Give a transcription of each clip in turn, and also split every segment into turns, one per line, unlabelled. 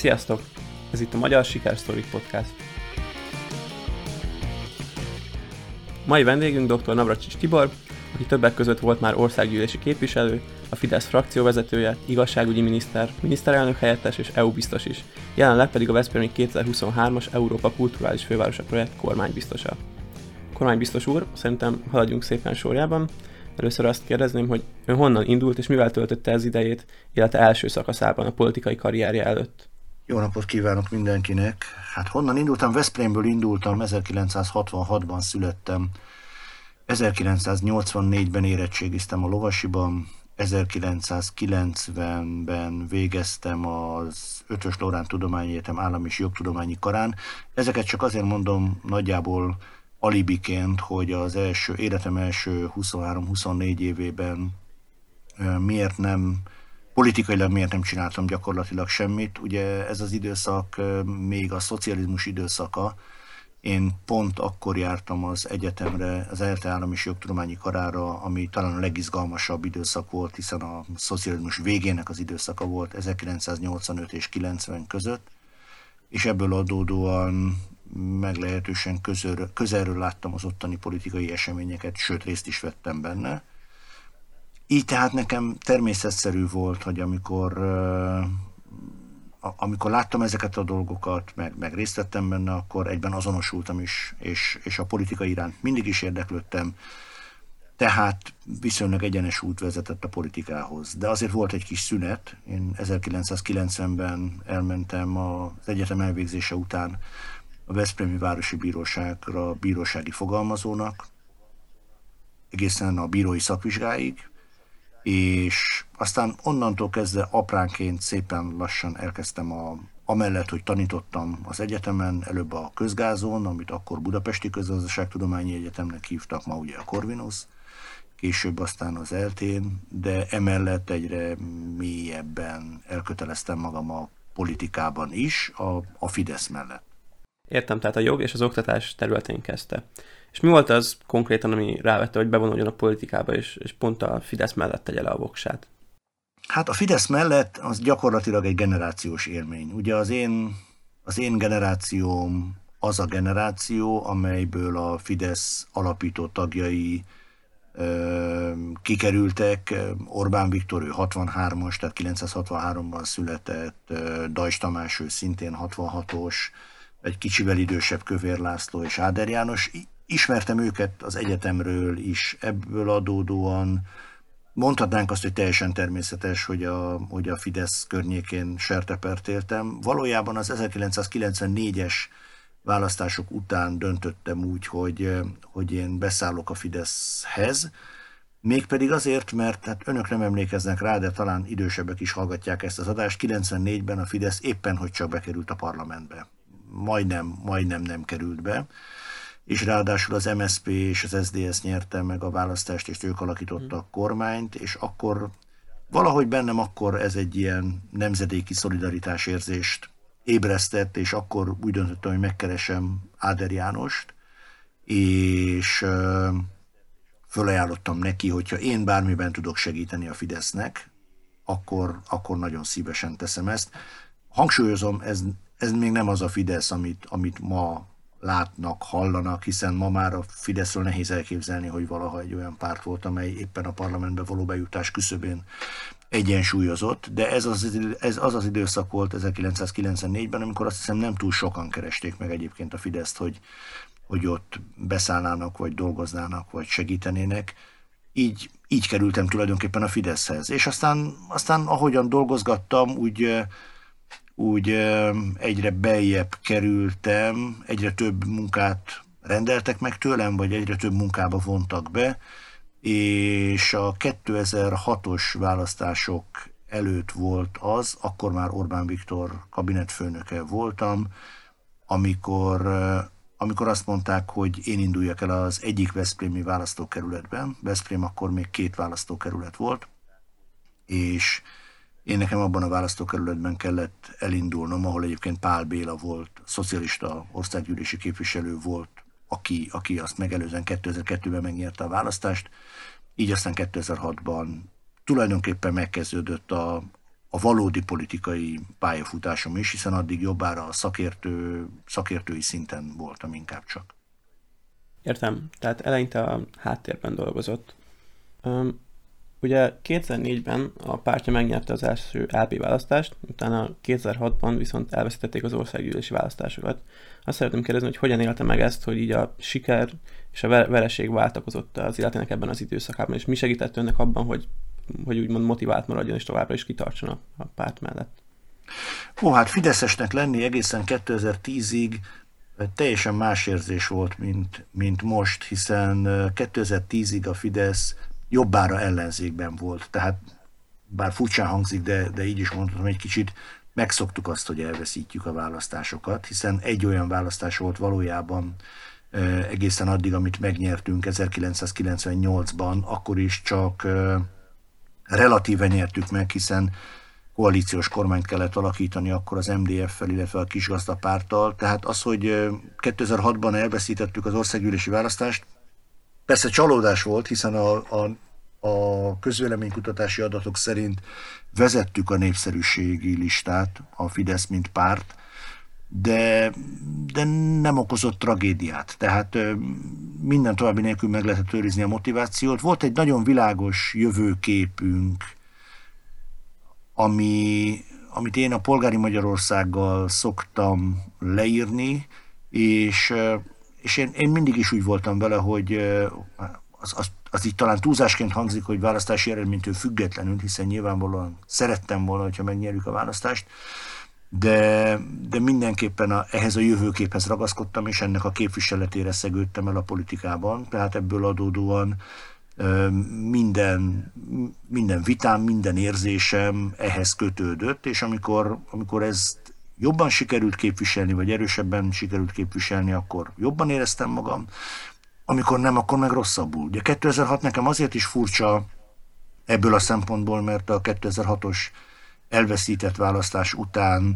Sziasztok! Ez itt a Magyar Sikersztorik Podcast. Mai vendégünk dr. Navracsics Tibor, aki többek között volt már országgyűlési képviselő, a Fidesz frakcióvezetője, igazságügyi miniszter, miniszterelnök helyettes és EU biztos is. Jelenleg pedig a Veszprémi 2023-as Európa Kulturális Fővárosa projekt kormánybiztosa. Kormánybiztos úr, szerintem haladjunk szépen sorjában. Először azt kérdezném, hogy ön honnan indult és mivel töltötte az idejét, illetve első szakaszában a politikai karrierje előtt?
Jó napot kívánok mindenkinek! Hát honnan indultam? Veszprémből indultam, 1966-ban születtem, 1984-ben érettségiztem a Lovasiban, 1990-ben végeztem az Eötvös Loránd Tudományegyetem Állam- és Jogtudományi Karán. Ezeket csak azért mondom nagyjából alibiként, hogy az életem első 23-24 évében politikailag miért nem csináltam gyakorlatilag semmit. Ugye ez az időszak még a szocializmus időszaka. Én pont akkor jártam az egyetemre, az ELTE Állam- és Jogtudományi Karára, ami talán a legizgalmasabb időszak volt, hiszen a szocializmus végének az időszaka volt 1985 és 90 között, és ebből adódóan meglehetősen közelről láttam az ottani politikai eseményeket, sőt részt is vettem benne. Így tehát nekem természetszerű volt, hogy amikor láttam ezeket a dolgokat, meg részt vettem benne, akkor egyben azonosultam is, és a politika iránt mindig is érdeklődtem, tehát viszonylag egyenes út vezetett a politikához. De azért volt egy kis szünet, én 1990-ben elmentem az egyetem elvégzése után a Veszprémi Városi Bíróságra bírósági fogalmazónak, egészen a bírói szakvizsgáig, és aztán onnantól kezdve apránként szépen lassan elkezdtem amellett, hogy tanítottam az egyetemen, előbb a Közgázon, amit akkor Budapesti Közgazdaságtudományi Egyetemnek hívtak, ma ugye a Corvinus, később aztán az ELTE-n, de emellett egyre mélyebben elköteleztem magam a politikában is, a Fidesz mellett.
Értem, tehát a jog és az oktatás területén kezdte. És mi volt az konkrétan, ami rávette, hogy bevonuljon a politikába, és pont a Fidesz mellett tegye le a voksát?
Hát a Fidesz mellett az gyakorlatilag egy generációs élmény. Ugye az én generációm az a generáció, amelyből a Fidesz alapító tagjai kikerültek. Orbán Viktor, ő 63-as, tehát 963-ban született, Dajs Tamás, ő szintén 66-os, egy kicsivel idősebb Kövér László és Áder János. Ismertem őket az egyetemről is, ebből adódóan mondhatnánk azt, hogy teljesen természetes, hogy a Fidesz környékén sertepert éltem. Valójában az 1994-es választások után döntöttem úgy, hogy én beszállok a Fideszhez, mégpedig azért, mert hát önök nem emlékeznek rá, de talán idősebbek is hallgatják ezt az adást, 94-ben a Fidesz éppen hogy csak bekerült a parlamentbe. Majdnem nem került be, és ráadásul az MSZP és az SZDSZ nyerte meg a választást, és ők alakítottak kormányt, és akkor valahogy bennem ez egy ilyen nemzedéki szolidaritás érzést ébresztett, és akkor úgy döntöttem, hogy megkeresem Áder Jánost, és fölajánlottam neki, hogyha én bármiben tudok segíteni a Fidesznek, akkor nagyon szívesen teszem ezt. Hangsúlyozom, ez még nem az a Fidesz, amit ma látnak, hallanak, hiszen ma már a Fideszről nehéz elképzelni, hogy valaha egy olyan párt volt, amely éppen a parlamentbe való bejutás küszöbén egyensúlyozott, de ez az időszak volt 1994-ben, amikor azt hiszem nem túl sokan keresték meg egyébként a Fideszt, hogy ott beszállnának, vagy dolgoznának, vagy segítenének. Így kerültem tulajdonképpen a Fideszhez. És aztán ahogyan dolgozgattam, úgy egyre beljebb kerültem, egyre több munkát rendeltek meg tőlem, vagy egyre több munkába vontak be, és a 2006-os választások előtt volt az, akkor már Orbán Viktor kabinetfőnöke voltam, amikor azt mondták, hogy én induljak el az egyik veszprémi választókerületben. Veszprém akkor még 2 választókerület volt, és én nekem abban a választókerületben kellett elindulnom, ahol egyébként Pál Béla volt, szocialista országgyűlési képviselő volt, aki azt megelőzően 2002-ben megnyerte a választást. Így aztán 2006-ban tulajdonképpen megkezdődött a valódi politikai pályafutásom is, hiszen addig jobbára a szakértői szinten voltam inkább csak.
Értem, tehát eleinte a háttérben dolgozott. Ugye 2004-ben a pártja megnyerte az első LP választást, utána 2006-ban viszont elveszítették az országgyűlési választásokat. Azt szeretném kérdezni, hogy hogyan élte meg ezt, hogy így a siker és a vereség váltakozott az életének ebben az időszakában, és mi segített önnek abban, hogy úgymond motivált maradjon és továbbra is kitartson a párt mellett?
Hát fideszesnek lenni egészen 2010-ig teljesen más érzés volt, mint most, hiszen 2010-ig a Fidesz jobbára ellenzékben volt. Tehát bár furcsán hangzik, de így is mondhatom, egy kicsit megszoktuk azt, hogy elveszítjük a választásokat, hiszen egy olyan választás volt valójában egészen addig, amit megnyertünk 1998-ban, akkor is csak relatíven nyertük meg, hiszen koalíciós kormányt kellett alakítani akkor az MDF-fel, illetve a kisgazdapárttal. Tehát az, hogy 2006-ban elveszítettük az országgyűlési választást, persze csalódás volt, hiszen a közvéleménykutatási adatok szerint vezettük a népszerűségi listát, a Fidesz mint párt, de nem okozott tragédiát. Tehát minden további nélkül meg lehetett őrizni a motivációt. Volt egy nagyon világos jövőképünk, amit én a polgári Magyarországgal szoktam leírni, és én mindig is úgy voltam vele, hogy az így talán túlzásként hangzik, hogy választási eredménytől függetlenül, hiszen nyilvánvalóan szerettem volna, hogyha megnyerjük a választást, de mindenképpen ehhez a jövőképhez ragaszkodtam, és ennek a képviseletére szegődtem el a politikában, tehát ebből adódóan minden vitám, minden érzésem ehhez kötődött, és amikor ezt jobban sikerült képviselni, vagy erősebben sikerült képviselni, akkor jobban éreztem magam, amikor nem, akkor meg rosszabbul. Ugye 2006 nekem azért is furcsa ebből a szempontból, mert a 2006-os elveszített választás után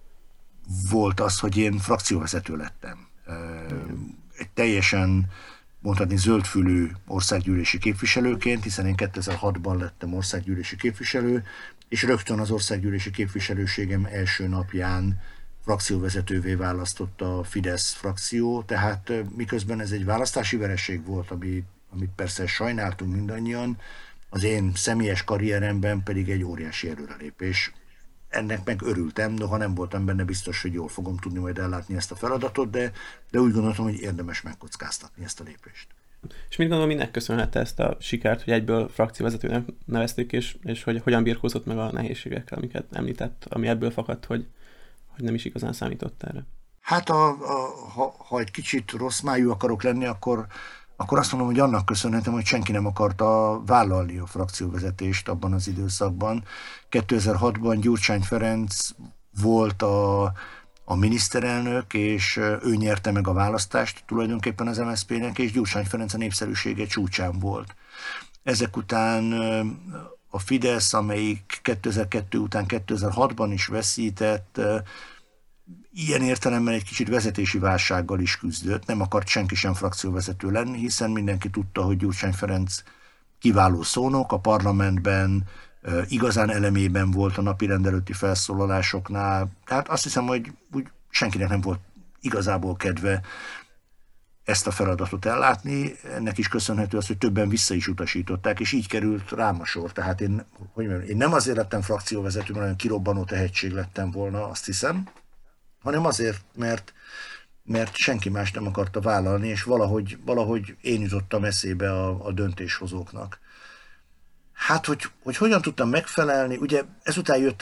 volt az, hogy én frakcióvezető lettem. Egy teljesen, mondhatni, zöldfülű országgyűlési képviselőként, hiszen én 2006-ban lettem országgyűlési képviselő, és rögtön az országgyűlési képviselőségem első napján frakcióvezetővé választott a Fidesz frakció, tehát miközben ez egy választási vereség volt, amit persze sajnáltunk mindannyian, az én személyes karrieremben pedig egy óriási előrelépés. Ennek meg örültem, noha nem voltam benne biztos, hogy jól fogom tudni majd ellátni ezt a feladatot, de úgy gondoltam, hogy érdemes megkockáztatni ezt a lépést.
És mit gondolom, minek köszönhette ezt a sikert, hogy egyből frakcióvezetőnek nevezték, és hogy hogyan birkózott meg a nehézségekkel, amiket említett, ami ebből fakadt, hogy nem is igazán számított erre?
Hát ha egy kicsit rossz májú akarok lenni, akkor azt mondom, hogy annak köszönhetem, hogy senki nem akarta vállalni a frakcióvezetést abban az időszakban. 2006-ban Gyurcsány Ferenc volt a miniszterelnök, és ő nyerte meg a választást tulajdonképpen az MSZP-nek, és Gyurcsány Ferenc a népszerűsége csúcsán volt. Ezek után a Fidesz, amelyik 2002 után 2006-ban is veszített, ilyen értelemben egy kicsit vezetési válsággal is küzdött, nem akart senki sem frakcióvezető lenni, hiszen mindenki tudta, hogy Gyurcsány Ferenc kiváló szónok, a parlamentben igazán elemében volt a napirend előtti felszólalásoknál, tehát azt hiszem, hogy úgy senkinek nem volt igazából kedve ezt a feladatot ellátni, ennek is köszönhető az, hogy többen vissza is utasították, és így került rám a sor. Tehát én nem azért lettem frakcióvezető, mert olyan kirobbanó tehetség lettem volna, azt hiszem, hanem azért, mert senki más nem akarta vállalni, és valahogy én jutottam eszébe a döntéshozóknak. Hát, hogy hogyan tudtam megfelelni, ugye ezután jött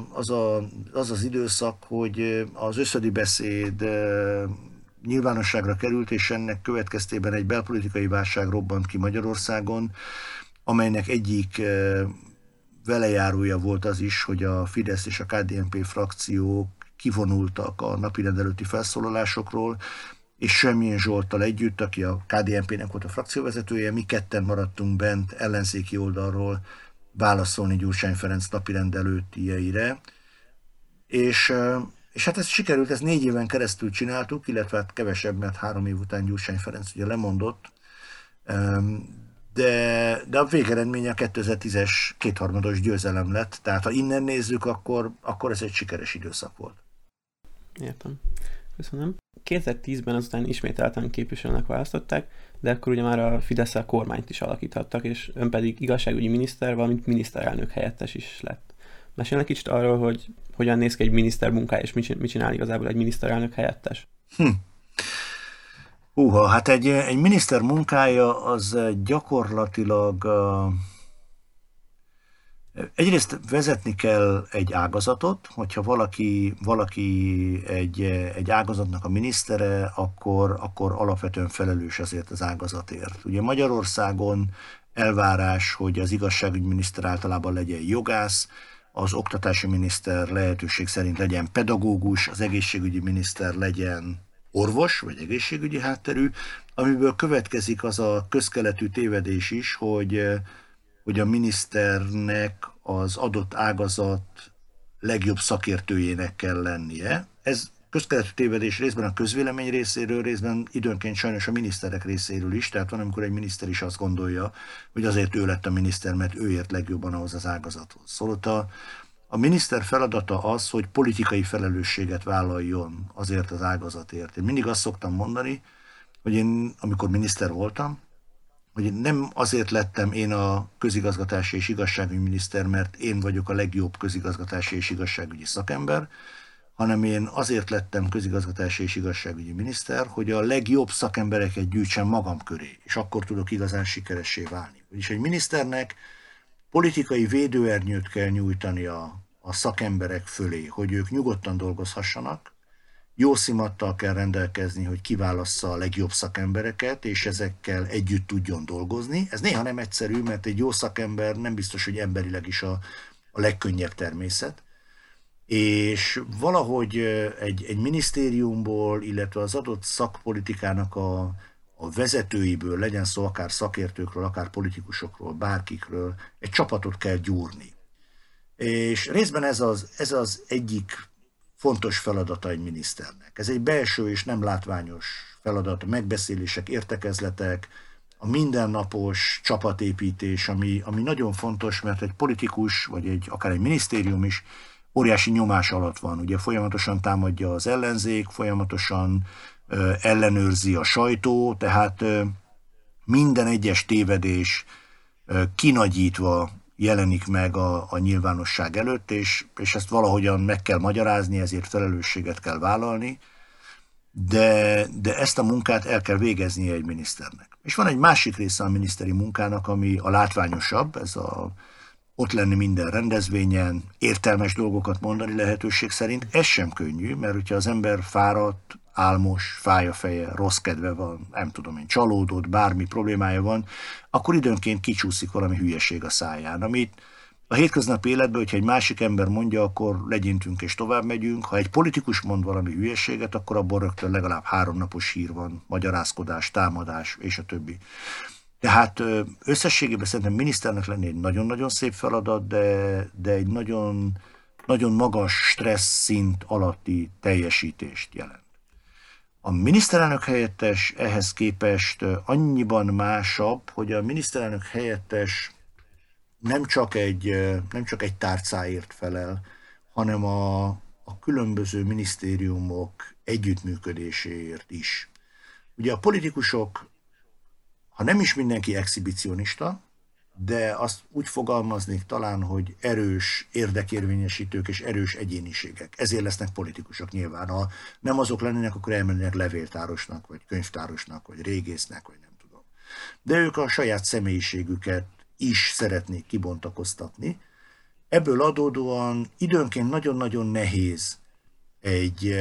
az időszak, hogy az összödi beszéd nyilvánosságra került, és ennek következtében egy belpolitikai válság robbant ki Magyarországon, amelynek egyik velejárója volt az is, hogy a Fidesz és a KDNP frakciók kivonultak a napirend előtti felszólalásokról, és Semmilyen Zsolttal együtt, aki a KDNP-nek volt a frakcióvezetője, mi ketten maradtunk bent ellenzéki oldalról válaszolni Gyurcsány Ferenc napirend előttieire. És hát ez sikerült, ezt 4 éven keresztül csináltuk, illetve hát kevesebb, mert 3 év után Gyurcsány Ferenc ugye lemondott, de a végeredménye a 2010-es kétharmados győzelem lett, tehát ha innen nézzük, akkor ez egy sikeres időszak volt.
Értem. Köszönöm. 2010-ben azután ismételten képviselőnek választották, de akkor ugye már a Fidesz-szel kormányt is alakíthattak, és ön pedig igazságügyi miniszter, valamint miniszterelnök helyettes is lett. Mesélnek kicsit arról, hogy hogyan néz ki egy miniszter munkája, és mit csinál igazából egy miniszterelnök helyettes?
Hát egy miniszter munkája az gyakorlatilag egyrészt vezetni kell egy ágazatot, hogyha valaki egy ágazatnak a minisztere, akkor alapvetően felelős azért az ágazatért. Ugye Magyarországon elvárás, hogy az igazságügyminiszter általában legyen jogász, az oktatási miniszter lehetőség szerint legyen pedagógus, az egészségügyi miniszter legyen orvos, vagy egészségügyi hátterű, amiből következik az a közkeletű tévedés is, hogy a miniszternek az adott ágazat legjobb szakértőjének kell lennie. Ez közkeletű tévedés részben a közvélemény részéről, részben időnként sajnos a miniszterek részéről is, tehát van, amikor egy miniszter is azt gondolja, hogy azért ő lett a miniszter, mert ő ért legjobban ahhoz az ágazathoz. Szóval a miniszter feladata az, hogy politikai felelősséget vállaljon azért az ágazatért. Én mindig azt szoktam mondani, hogy én, amikor miniszter voltam, hogy nem azért lettem én a közigazgatási és igazságügyi miniszter, mert én vagyok a legjobb közigazgatási és igazságügyi szakember, hanem én azért lettem közigazgatási és igazságügyi miniszter, hogy a legjobb szakembereket gyűjtsem magam köré, és akkor tudok igazán sikeressé válni. Vagyis egy miniszternek politikai védőernyőt kell nyújtani a szakemberek fölé, hogy ők nyugodtan dolgozhassanak, jó szimattal kell rendelkezni, hogy kiválassza a legjobb szakembereket, és ezekkel együtt tudjon dolgozni. Ez néha nem egyszerű, mert egy jó szakember nem biztos, hogy emberileg is a legkönnyebb természet. És valahogy egy minisztériumból, illetve az adott szakpolitikának a vezetőiből, legyen szó akár szakértőkről, akár politikusokról, bárkikről, egy csapatot kell gyúrni. És részben ez az egyik fontos feladata egy miniszternek. Ez egy belső és nem látványos feladat, megbeszélések, értekezletek, a mindennapos csapatépítés, ami nagyon fontos, mert egy politikus, vagy akár egy minisztérium is óriási nyomás alatt van. Ugye folyamatosan támadja az ellenzék, folyamatosan ellenőrzi a sajtó, tehát minden egyes tévedés kinagyítva jelenik meg a nyilvánosság előtt, és ezt valahogyan meg kell magyarázni, ezért felelősséget kell vállalni, de ezt a munkát el kell végeznie egy miniszternek. És van egy másik része a miniszteri munkának, ami a látványosabb, ez ott lenni minden rendezvényen, értelmes dolgokat mondani lehetőség szerint. Ez sem könnyű, mert hogyha az ember fáradt, álmos, fáj a feje, rossz kedve van, nem tudom én, csalódott, bármi problémája van, akkor időnként kicsúszik valami hülyeség a száján, amit a hétköznapi életben, hogyha egy másik ember mondja, akkor legyintünk és tovább megyünk. Ha egy politikus mond valami hülyeséget, akkor abban rögtön legalább 3 napos hír van, magyarázkodás, támadás és a többi. Tehát összességében szerintem miniszternek lenni egy nagyon-nagyon szép feladat, de egy nagyon, nagyon magas stressz szint alatti teljesítést jelent. A miniszterelnök helyettes ehhez képest annyiban másabb, hogy a miniszterelnök helyettes nem csak egy tárcáért felel, hanem a különböző minisztériumok együttműködéséért is. Ugye a politikusok, ha nem is mindenki exhibicionista, de azt úgy fogalmaznék talán, hogy erős érdekérvényesítők és erős egyéniségek. Ezért lesznek politikusok nyilván. Ha nem azok lennének, akkor elmennének levéltárosnak, vagy könyvtárosnak, vagy régésznek, vagy nem tudom. De ők a saját személyiségüket is szeretnék kibontakoztatni. Ebből adódóan időnként nagyon-nagyon nehéz egy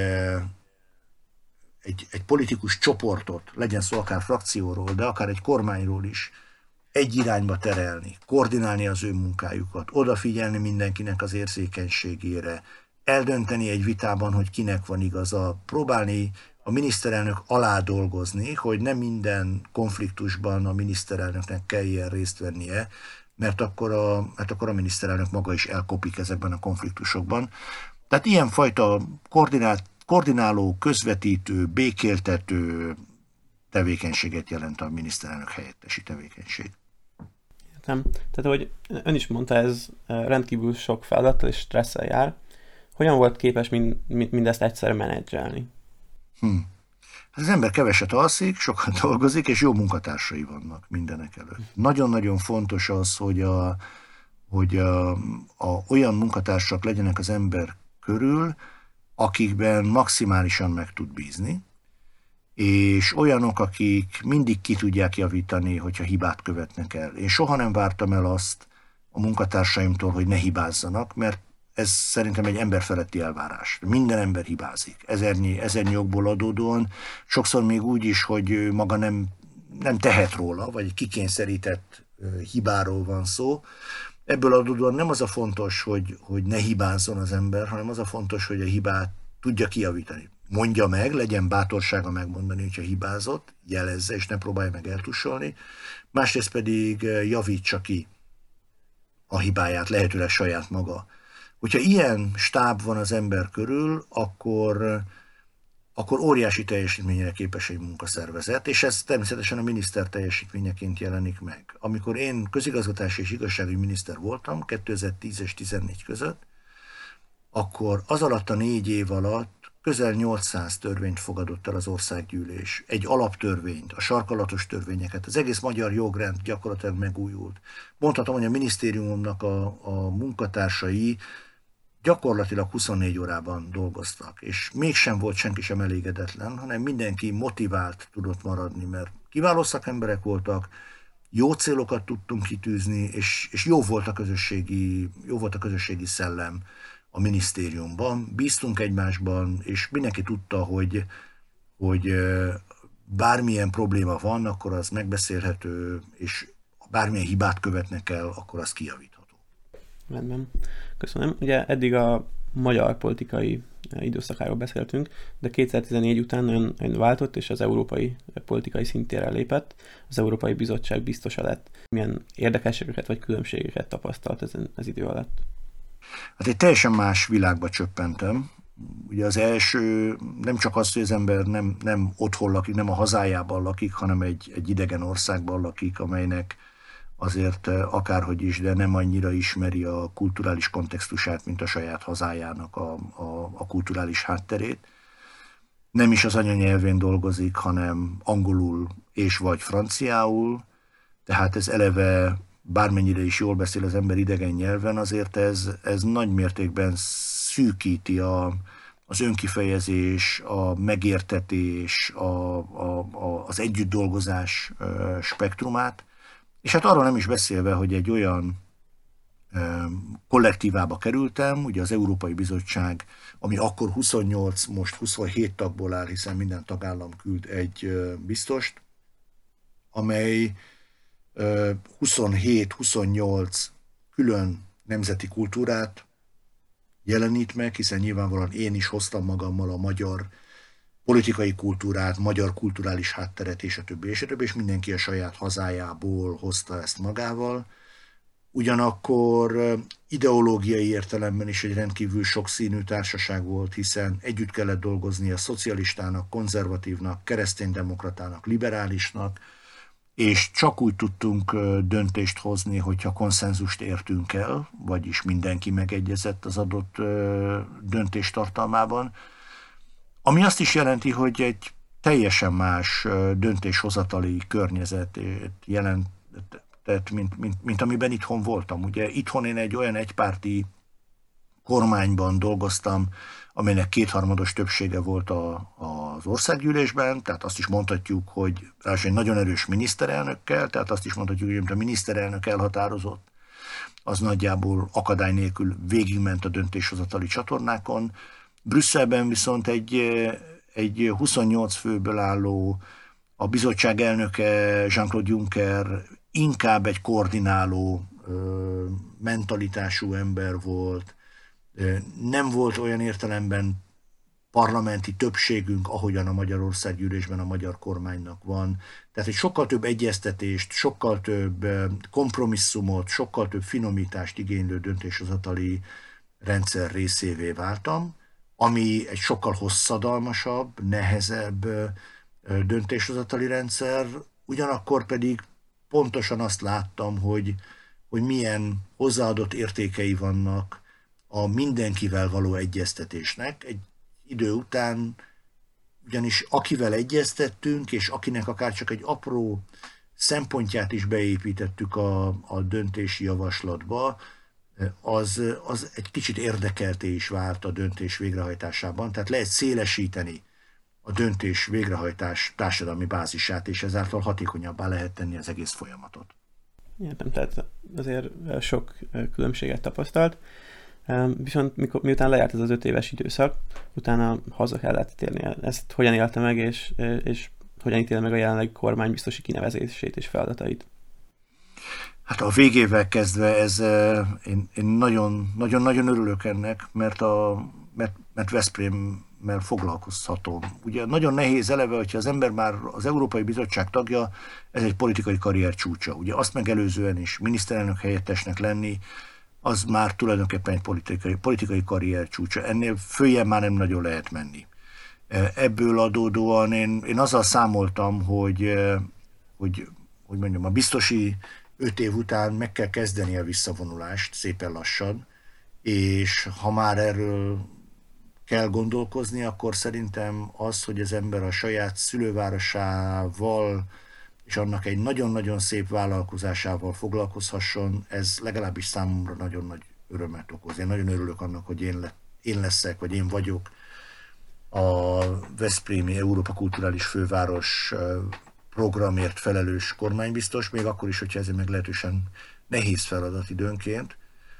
politikus csoportot, legyen szó akár frakcióról, de akár egy kormányról is, egy irányba terelni, koordinálni az ő munkájukat, odafigyelni mindenkinek az érzékenységére, eldönteni egy vitában, hogy kinek van igaza, próbálni a miniszterelnök alá dolgozni, hogy nem minden konfliktusban a miniszterelnöknek kelljen részt vennie, mert akkor a miniszterelnök maga is elkopik ezekben a konfliktusokban. Tehát ilyenfajta koordináló, közvetítő, békéltető tevékenységet jelent a miniszterelnök helyettesi tevékenység.
Értem. Tehát, ahogy ön is mondta, ez rendkívül sok feladattal és stresszel jár. Hogyan volt képes mindezt egyszerre menedzselni?
Az ember keveset alszik, sokat dolgozik, és jó munkatársai vannak mindenek előtt. Nagyon-nagyon fontos az, hogy olyan munkatársak legyenek az ember körül, akikben maximálisan meg tud bízni, és olyanok, akik mindig ki tudják javítani, hogyha hibát követnek el. Én soha nem vártam el azt a munkatársaimtól, hogy ne hibázzanak, mert ez szerintem egy emberfeletti elvárás. Minden ember hibázik, ezernyi okból adódóan, sokszor még úgy is, hogy ő maga nem tehet róla, vagy kikényszerített hibáról van szó. Ebből adódóan nem az a fontos, hogy ne hibázzon az ember, hanem az a fontos, hogy a hibát tudja kijavítani. Mondja meg, legyen bátorsága megmondani, hogyha hibázott, jelezze, és ne próbálja meg eltussolni. Másrészt pedig javítsa ki a hibáját, lehetőleg saját maga. Hogyha ilyen stáb van az ember körül, akkor óriási teljesítményre képes egy munkaszervezet, és ez természetesen a miniszter teljesítményeként jelenik meg. Amikor én közigazgatási és igazságügyi miniszter voltam 2010 és 2014 között, akkor az alatt a 4 év alatt közel 800 törvényt fogadott el az országgyűlés. Egy alaptörvényt, a sarkalatos törvényeket, az egész magyar jogrend gyakorlatilag megújult. Mondhatom, hogy a minisztériumomnak a munkatársai gyakorlatilag 24 órában dolgoztak, és mégsem volt senki sem elégedetlen, hanem mindenki motivált tudott maradni, mert kiváló szakemberek voltak, jó célokat tudtunk kitűzni, és jó volt a közösségi szellem a minisztériumban. Bíztunk egymásban, és mindenki tudta, hogy bármilyen probléma van, akkor az megbeszélhető, és bármilyen hibát követnek el, akkor az kijavítható.
Rendben. Köszönöm. Ugye eddig a magyar politikai időszakáról beszéltünk, de 2014 után ön váltott, és az európai politikai szintére lépett, az Európai Bizottság biztosa lett. Milyen érdekességeket vagy különbségeket tapasztalt ez idő alatt?
Hát egy teljesen más világba csöppentem. Ugye az első nem csak az, hogy az ember nem otthon lakik, nem a hazájában lakik, hanem egy idegen országban lakik, amelynek azért akárhogy is, de nem annyira ismeri a kulturális kontextusát, mint a saját hazájának a kulturális hátterét. Nem is az anyanyelvén dolgozik, hanem angolul és vagy franciául, tehát ez eleve bármennyire is jól beszél az ember idegen nyelven, azért ez nagy mértékben szűkíti az önkifejezés, a megértetés, az együttdolgozás spektrumát, és hát arról nem is beszélve, hogy egy olyan kollektívába kerültem, ugye az Európai Bizottság, ami akkor 28, most 27 tagból áll, hiszen minden tagállam küld egy biztost, amely 27-28 külön nemzeti kultúrát jelenít meg, hiszen nyilvánvalóan én is hoztam magammal a magyar politikai kultúrát, magyar kulturális hátteret, és a többi, és mindenki a saját hazájából hozta ezt magával. Ugyanakkor ideológiai értelemben is egy rendkívül sokszínű társaság volt, hiszen együtt kellett dolgozni a szocialistának, konzervatívnak, kereszténydemokratának, liberálisnak, és csak úgy tudtunk döntést hozni, hogyha konszenzust értünk el, vagyis mindenki megegyezett az adott döntés tartalmában, ami azt is jelenti, hogy egy teljesen más döntéshozatali környezet jelentett, mint amiben itthon voltam. Ugye itthon én egy olyan egypárti kormányban dolgoztam, amelynek kétharmados többsége volt az országgyűlésben, tehát azt is mondhatjuk, hogy egy nagyon erős miniszterelnökkel, tehát azt is mondhatjuk, hogy amit a miniszterelnök elhatározott, az nagyjából akadály nélkül végigment a döntéshozatali csatornákon. Brüsszelben viszont egy 28 főből álló, a bizottság elnöke Jean-Claude Juncker inkább egy koordináló mentalitású ember volt, nem volt olyan értelemben parlamenti többségünk, ahogyan a Magyarországgyűlésben a magyar kormánynak van. Tehát egy sokkal több egyeztetést, sokkal több kompromisszumot, sokkal több finomítást igénylő döntéshozatali rendszer részévé váltam, ami egy sokkal hosszadalmasabb, nehezebb döntéshozatali rendszer, ugyanakkor pedig pontosan azt láttam, hogy milyen hozzáadott értékei vannak a mindenkivel való egyeztetésnek. Egy idő után ugyanis akivel egyeztettünk, és akinek akár csak egy apró szempontját is beépítettük a döntési javaslatba, az egy kicsit érdekelté is vált a döntés végrehajtásában. Tehát lehet szélesíteni a döntés végrehajtás társadalmi bázisát, és ezáltal hatékonyabbá lehet tenni az egész folyamatot.
Értem, tehát azért sok különbséget tapasztalt. Viszont miután lejárt ez az 5 éves időszak, utána haza kellett térnie. Ezt hogyan élte meg, és hogyan ítél meg a jelenlegi kormánybiztosi kinevezését és feladatait?
Hát a végével kezdve én nagyon örülök ennek, mert Veszprémmel foglalkozhatom. Ugye nagyon nehéz eleve, hogyha az ember már az Európai Bizottság tagja, ez egy politikai karrier csúcsa. Ugye azt megelőzően is miniszterelnök helyettesnek lenni, az már tulajdonképpen egy politikai karrier csúcsa. Ennél följebb már nem nagyon lehet menni. Ebből adódóan én azzal számoltam, hogy mondjam, a biztosi 5 év után meg kell kezdeni a visszavonulást szépen lassan, és ha már erről kell gondolkozni, akkor szerintem az, hogy az ember a saját szülővárosával és annak egy nagyon-nagyon szép vállalkozásával foglalkozhasson, ez legalábbis számomra nagyon nagy örömet okoz. Én nagyon örülök annak, hogy én leszek, vagy én vagyok a Veszprémi Európa Kulturális Főváros programért felelős kormánybiztos, még akkor is, hogyha ez egy meglehetősen nehéz feladat időnként.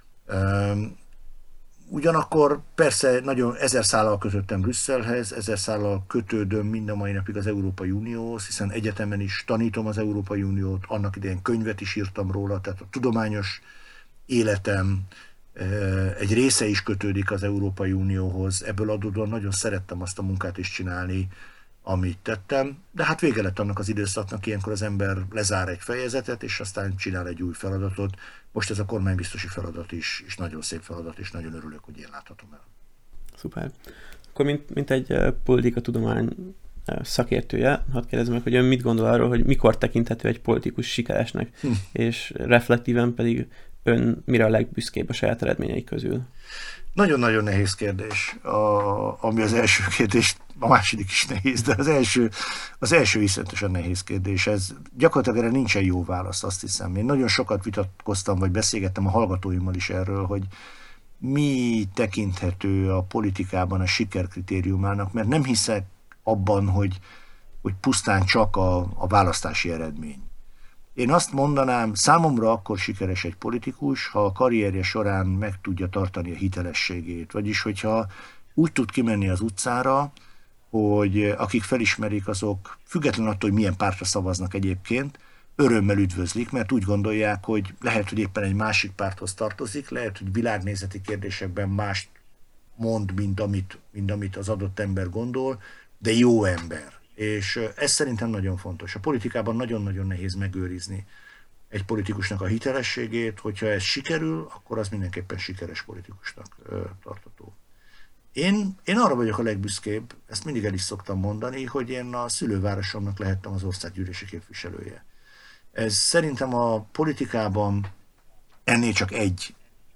Ugyanakkor persze nagyon 1000 szállal kötöttem Brüsszelhez, 1000 szállal kötődöm mind a mai napig az Európai Unióhoz, hiszen egyetemen is tanítom az Európai Uniót, annak idején könyvet is írtam róla, tehát a tudományos életem egy része is kötődik az Európai Unióhoz. Ebből adódóan nagyon szerettem azt a munkát is csinálni, amit tettem, de hát vége lett annak az időszaknak, ilyenkor az ember lezár egy fejezetet, és aztán csinál egy új feladatot. Most ez a kormánybiztosi feladat is nagyon szép feladat, és nagyon örülök, hogy én láthatom el.
Szuper. Akkor mint egy politikatudomány szakértője, hadd kérdezem meg, hogy ön mit gondol arról, hogy mikor tekinthető egy politikus sikeresnek, és reflektíven pedig ön mire a legbüszkébb a saját eredményei közül?
Nagyon-nagyon nehéz kérdés, ami az első kérdés, a második is nehéz, de az első iszonyatosan nehéz kérdés. Ez gyakorlatilag erre nincsen jó válasz, azt hiszem. Én nagyon sokat vitatkoztam, vagy beszélgettem a hallgatóimmal is erről, hogy mi tekinthető a politikában a sikerkritériumának, mert nem hiszek abban, hogy pusztán csak a választási eredmény. Én azt mondanám, számomra akkor sikeres egy politikus, ha a karrierje során meg tudja tartani a hitelességét. Vagyis, hogyha úgy tud kimenni az utcára, hogy akik felismerik, azok függetlenül attól, hogy milyen pártra szavaznak egyébként, örömmel üdvözlik, mert úgy gondolják, hogy lehet, hogy éppen egy másik párthoz tartozik, lehet, hogy világnézeti kérdésekben mást mond, mint amit az adott ember gondol, de jó ember. És ez szerintem nagyon fontos. A politikában nagyon-nagyon nehéz megőrizni egy politikusnak a hitelességét, hogyha ez sikerül, akkor az mindenképpen sikeres politikusnak tartható. Én arra vagyok a legbüszkébb, ezt mindig el is szoktam mondani, hogy én a szülővárosomnak lehettem az országgyűlési képviselője. Ez szerintem a politikában ennél csak egy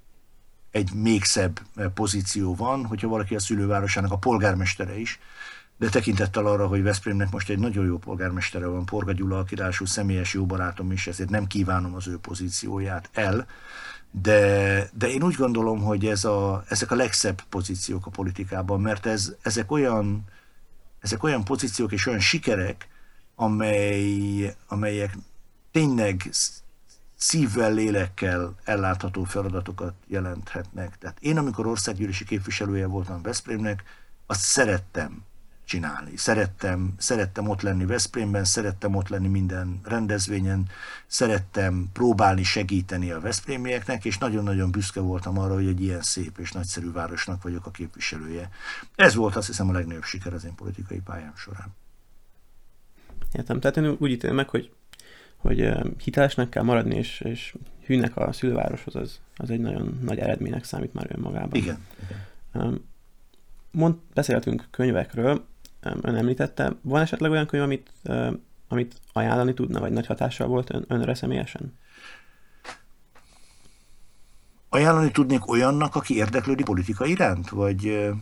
még szebb pozíció van, hogyha valaki a szülővárosának a polgármestere is, de tekintettel arra, hogy Veszprémnek most egy nagyon jó polgármestere van, Porga Gyula, aki ráadásul személyes jó barátom is, ezért nem kívánom az ő pozícióját el, de én úgy gondolom, hogy ezek a legszebb pozíciók a politikában, mert ezek olyan pozíciók és olyan sikerek, amelyek tényleg szívvel, lélekkel ellátható feladatokat jelenthetnek. Tehát én, amikor országgyűlési képviselője voltam Veszprémnek, azt szerettem csinálni. Szerettem ott lenni Veszprémben, szerettem ott lenni minden rendezvényen, szerettem próbálni segíteni a veszprémieknek, és nagyon-nagyon büszke voltam arra, hogy egy ilyen szép és nagyszerű városnak vagyok a képviselője. Ez volt, azt hiszem, a legnagyobb siker az én politikai pályám során.
Értem, tehát én úgy ítélem meg, hogy hitelesnek kell maradni, és hűnek a szülővároshoz, az egy nagyon nagy eredménynek számít már önmagában.
Igen.
Beszéltünk könyvekről, ön említette, van esetleg olyan könyv, amit amit ajánlani tudna, vagy nagy hatással volt önre személyesen?
Ajánlani tudnék olyannak, aki érdeklődik politika iránt? Vagy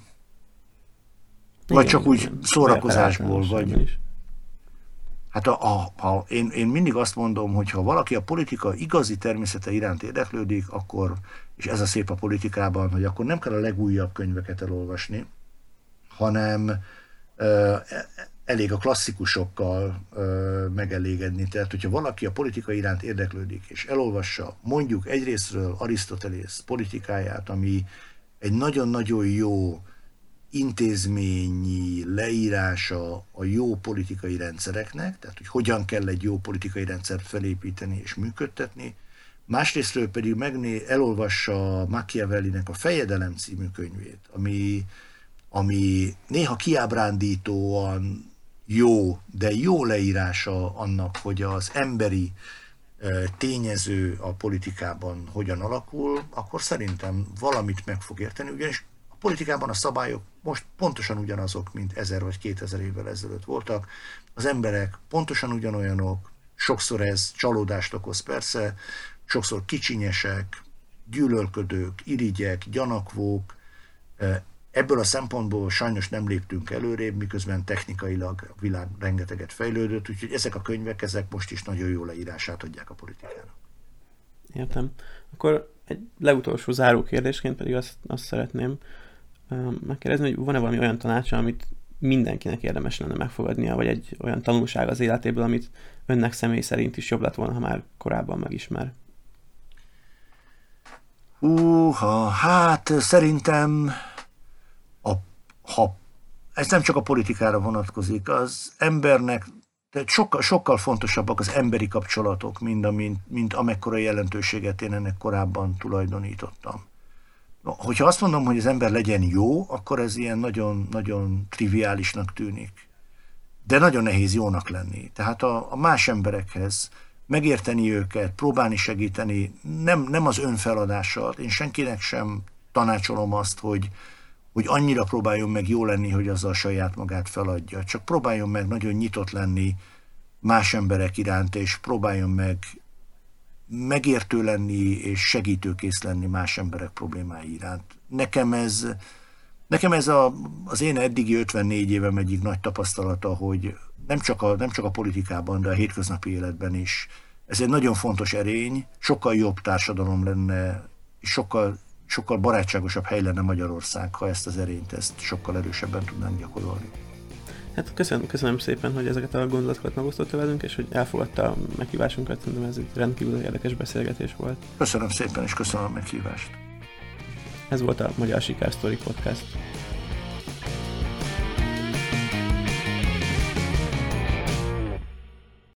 csak úgy szórakozásból? Vagy... Hát én mindig azt mondom, hogy ha valaki a politika igazi természete iránt érdeklődik, akkor, és ez a szép a politikában, hogy akkor nem kell a legújabb könyveket elolvasni, hanem elég a klasszikusokkal megelégedni. Tehát, hogyha valaki a politika iránt érdeklődik, és elolvassa mondjuk egyrésztről Arisztotelész politikáját, ami egy nagyon-nagyon jó intézményi leírása a jó politikai rendszereknek, tehát hogy hogyan kell egy jó politikai rendszert felépíteni és működtetni, másrésztről pedig elolvassa Machiavellinek a Fejedelem című könyvét, ami néha kiábrándítóan jó, de jó leírása annak, hogy az emberi tényező a politikában hogyan alakul, akkor szerintem valamit meg fog érteni, ugyanis a politikában a szabályok most pontosan ugyanazok, mint 1000 vagy 2000 évvel ezelőtt voltak. Az emberek pontosan ugyanolyanok, sokszor ez csalódást okoz persze, sokszor kicsinyesek, gyűlölködők, irigyek, gyanakvók. Ebből a szempontból sajnos nem léptünk előrébb, miközben technikailag a világ rengeteget fejlődött, úgyhogy ezek a könyvek, ezek most is nagyon jó leírását adják a politikának.
Értem. Akkor egy legutolsó záró kérdésként pedig azt szeretném megkérdezni, hogy van-e valami olyan tanácsa, amit mindenkinek érdemes lenne megfogadnia, vagy egy olyan tanulság az életéből, amit önnek személy szerint is jobb lett volna, ha már korábban megismer?
Hát szerintem ha ez nem csak a politikára vonatkozik, az embernek sokkal fontosabbak az emberi kapcsolatok, mint amekkora jelentőséget én ennek korábban tulajdonítottam. Hogyha azt mondom, hogy az ember legyen jó, akkor ez ilyen nagyon, nagyon triviálisnak tűnik. De nagyon nehéz jónak lenni. Tehát a más emberekhez megérteni őket, próbálni segíteni, nem az önfeladással. Én senkinek sem tanácsolom azt, hogy annyira próbáljon meg jó lenni, hogy azzal saját magát feladja. Csak próbáljon meg nagyon nyitott lenni más emberek iránt, és próbáljon meg megértő lenni, és segítőkész lenni más emberek problémái iránt. Nekem ez az én eddigi 54 évem egyik nagy tapasztalata, hogy nem csak a politikában, de a hétköznapi életben is. Ez egy nagyon fontos erény, sokkal jobb társadalom lenne, és sokkal barátságosabb hely lenne Magyarország, ha ezt az erényt sokkal erősebben tudnánk gyakorolni.
Hát köszönöm szépen, hogy ezeket a gondolatokat megosztotta velünk, és hogy elfogadta a meghívásunkat. Szerintem ez egy rendkívül érdekes beszélgetés volt.
Köszönöm szépen, és köszönöm a meghívást.
Ez volt a Magyar Sikersztori Podcast.